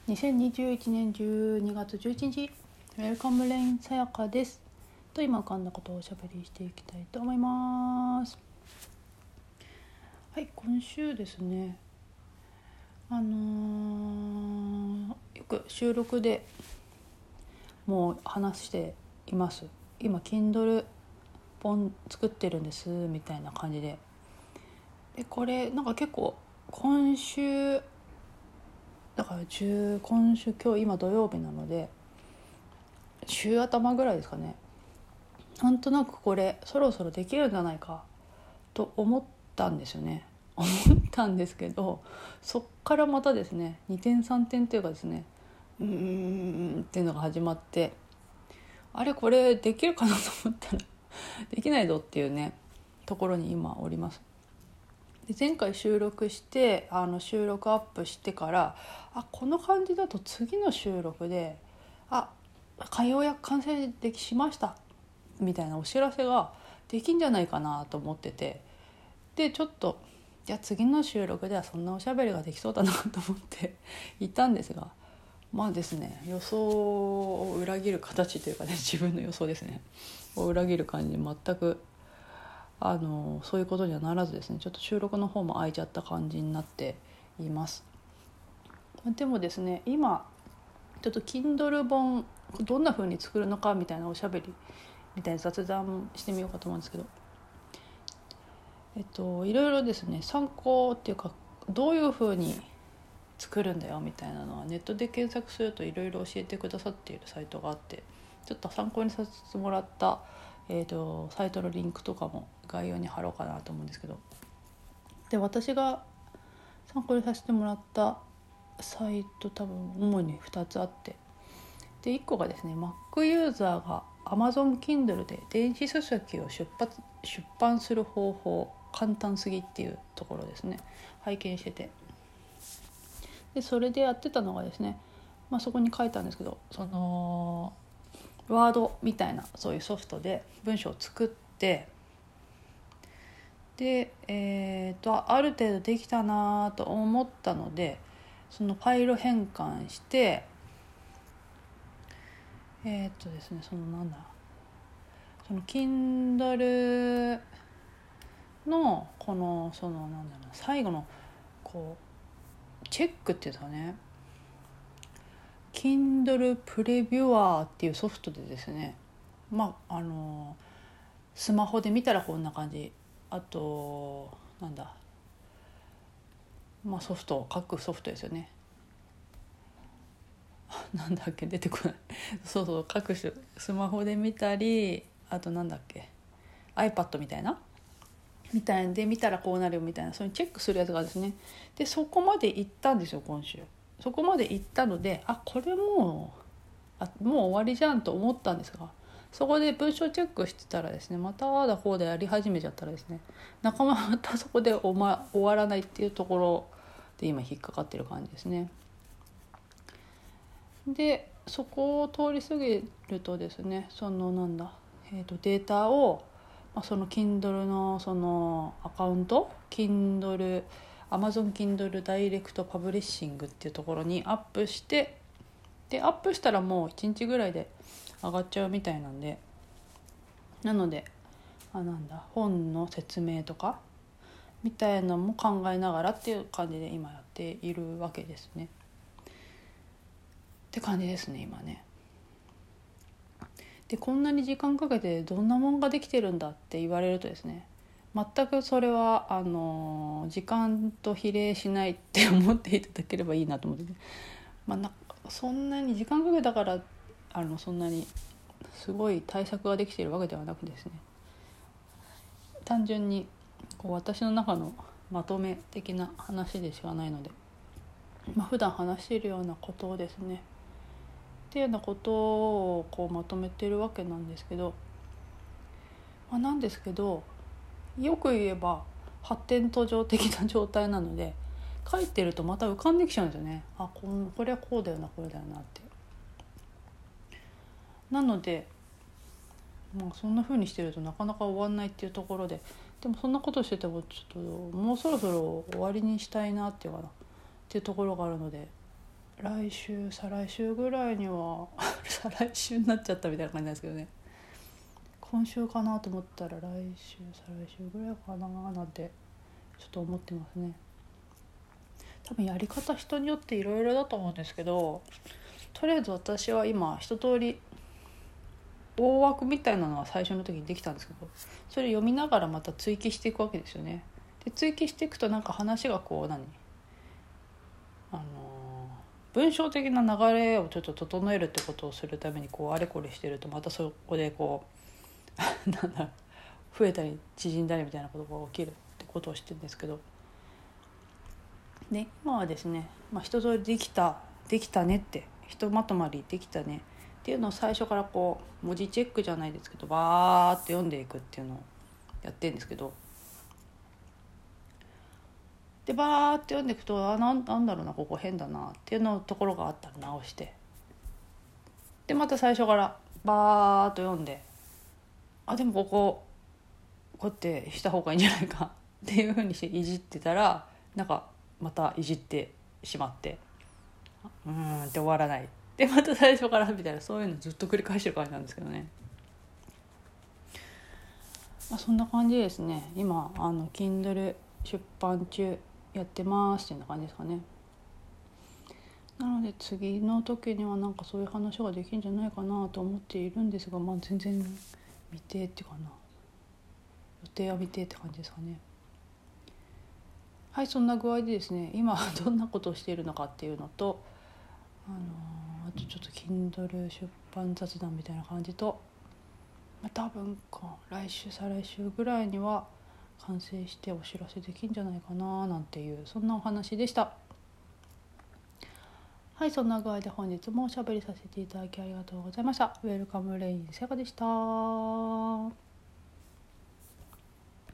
2021年12月11日ウェルカムレインさやかですと今浮かんだことをおしゃべりしていきたいと思います。はい、今週ですねよく収録でもう話しています。今 Kindle 本作ってるんですみたいな感じで、これなんか結構今週だから今週今日今土曜日なので週頭ぐらいですかね、なんとなくこれそろそろできるんじゃないかと思ったんですよね。思ったんですけど、そっからまたですね2点3点というかですねっていうのが始まって、あれこれできるかなと思ったらできないぞっていうねところに今おります。で前回収録して収録アップしてからこの感じだと次の収録でようやく完成しましたみたいなお知らせができんじゃないかなと思ってて、でちょっと次の収録ではそんなおしゃべりができそうだなと思っていたんですが、まあですね予想を裏切る形というかね、自分の予想ですねを裏切る感じで全くそういうことにはならずですね、ちょっと収録の方も空いちゃった感じになっています。でもですね今ちょっと Kindle 本どんな風に作るのかみたいなおしゃべりみたいな雑談してみようかと思うんですけど、いろいろですね参考っていうかどういう風に作るんだよみたいなのはネットで検索するといろいろ教えてくださっているサイトがあって、ちょっと参考にさせてもらった、サイトのリンクとかも概要に貼ろうかなと思うんですけど、で私が参考にさせてもらったサイト多分主に2つあって、で1個がですね Mac ユーザーが Amazon Kindle で電子書籍を出版する方法簡単すぎっていうところですね、拝見してて、でそれでやってたのがですね、そこに書いたんですけど、そのワードみたいなそういうソフトで文章を作って、で、ある程度できたなと思ったのでそのファイル変換してですねその Kindle のこの最後のチェックっていうんですかね、 Kindle プレビュアーっていうソフトでですね、スマホで見たらこんな感じ、あとソフト各ソフトですよねなんだっけ出てこないそう各種スマホで見たり、あとiPad みたいなんで見たらこうなるよみたいな、そういうチェックするやつがですね、でそこまで行ったんですよ今週。そこまで行ったのでこれもう終わりじゃんと思ったんですが、そこで文章チェックしてたらですね、またこうでやり始めちゃったらですね、仲間またそこで終わらないっていうところで今引っかかってる感じですね。でそこを通り過ぎるとですね、データを、その Kindle のそのアカウント Amazon Kindle ダイレクトパブリッシングっていうところにアップして、でアップしたらもう1日ぐらいで上がっちゃうみたいなんで、なので本の説明とかみたいなのも考えながらっていう感じで今やっているわけですねって感じですね今ね。でこんなに時間かけてどんなもんができてるんだって言われるとですね、全くそれは時間と比例しないって思っていただければいいなと思って、そんなに時間かけたからそんなにすごい対策ができているわけではなくですね、単純に私の中のまとめ的な話でしかないので、普段話しているようなことをですねっていうようなことをまとめているわけなんですけど、なんですけどよく言えば発展途上的な状態なので、書いてるとまた浮かんできちゃうんですよね。これはこうだよなこれだよなって。なのでそんな風にしてるとなかなか終わんないっていうところで、でもそんなことしててもちょっともうそろそろ終わりにしたいなっていうところがあるので、 来週再来週ぐらいには再来週になっちゃったみたいな感じなんですけどね、今週かなと思ったら来週再来週ぐらいかななんてちょっと思ってますね。多分やり方人によっていろいろだと思うんですけど、とりあえず私は今一通り大枠みたいなのは最初の時にできたんですけど、それ読みながらまた追記していくわけですよね。で追記していくとなんか話がこう文章的な流れをちょっと整えるってことをするためにこうあれこれしてると、またそこでこうなんだ増えたり縮んだりみたいなことが起きるってことをしてるんですけど、で今はですね、一通りできたねって、ひとまとまりできたねっていうのを最初からこう文字チェックじゃないですけどバーって読んでいくっていうのをやってるんですけど、でバーって読んでいくとなんだろうなここ変だなっていうのところがあったら直して、でまた最初からバーっと読んで、でもこうやってした方がいいんじゃないかっていう風にしていじってたら、なんかまたいじってしまってって終わらないでまた最初からみたいな、そういうのずっと繰り返してる感じなんですけどね。そんな感じですね。今Kindle 出版中やってますっていうような感じですかね。なので次の時にはなんかそういう話ができるんじゃないかなと思っているんですが、全然未定っていうかな、予定は未定って感じですかね。はい、そんな具合でですね、今どんなことをしているのかっていうのと、あとちょっと Kindle 出版雑談みたいな感じと、多分来週再来週ぐらいには完成してお知らせできるんじゃないかななんていう、そんなお話でした。はい、そんな具合で本日もおしゃべりさせていただきありがとうございました。ウェルカムレインセガでした。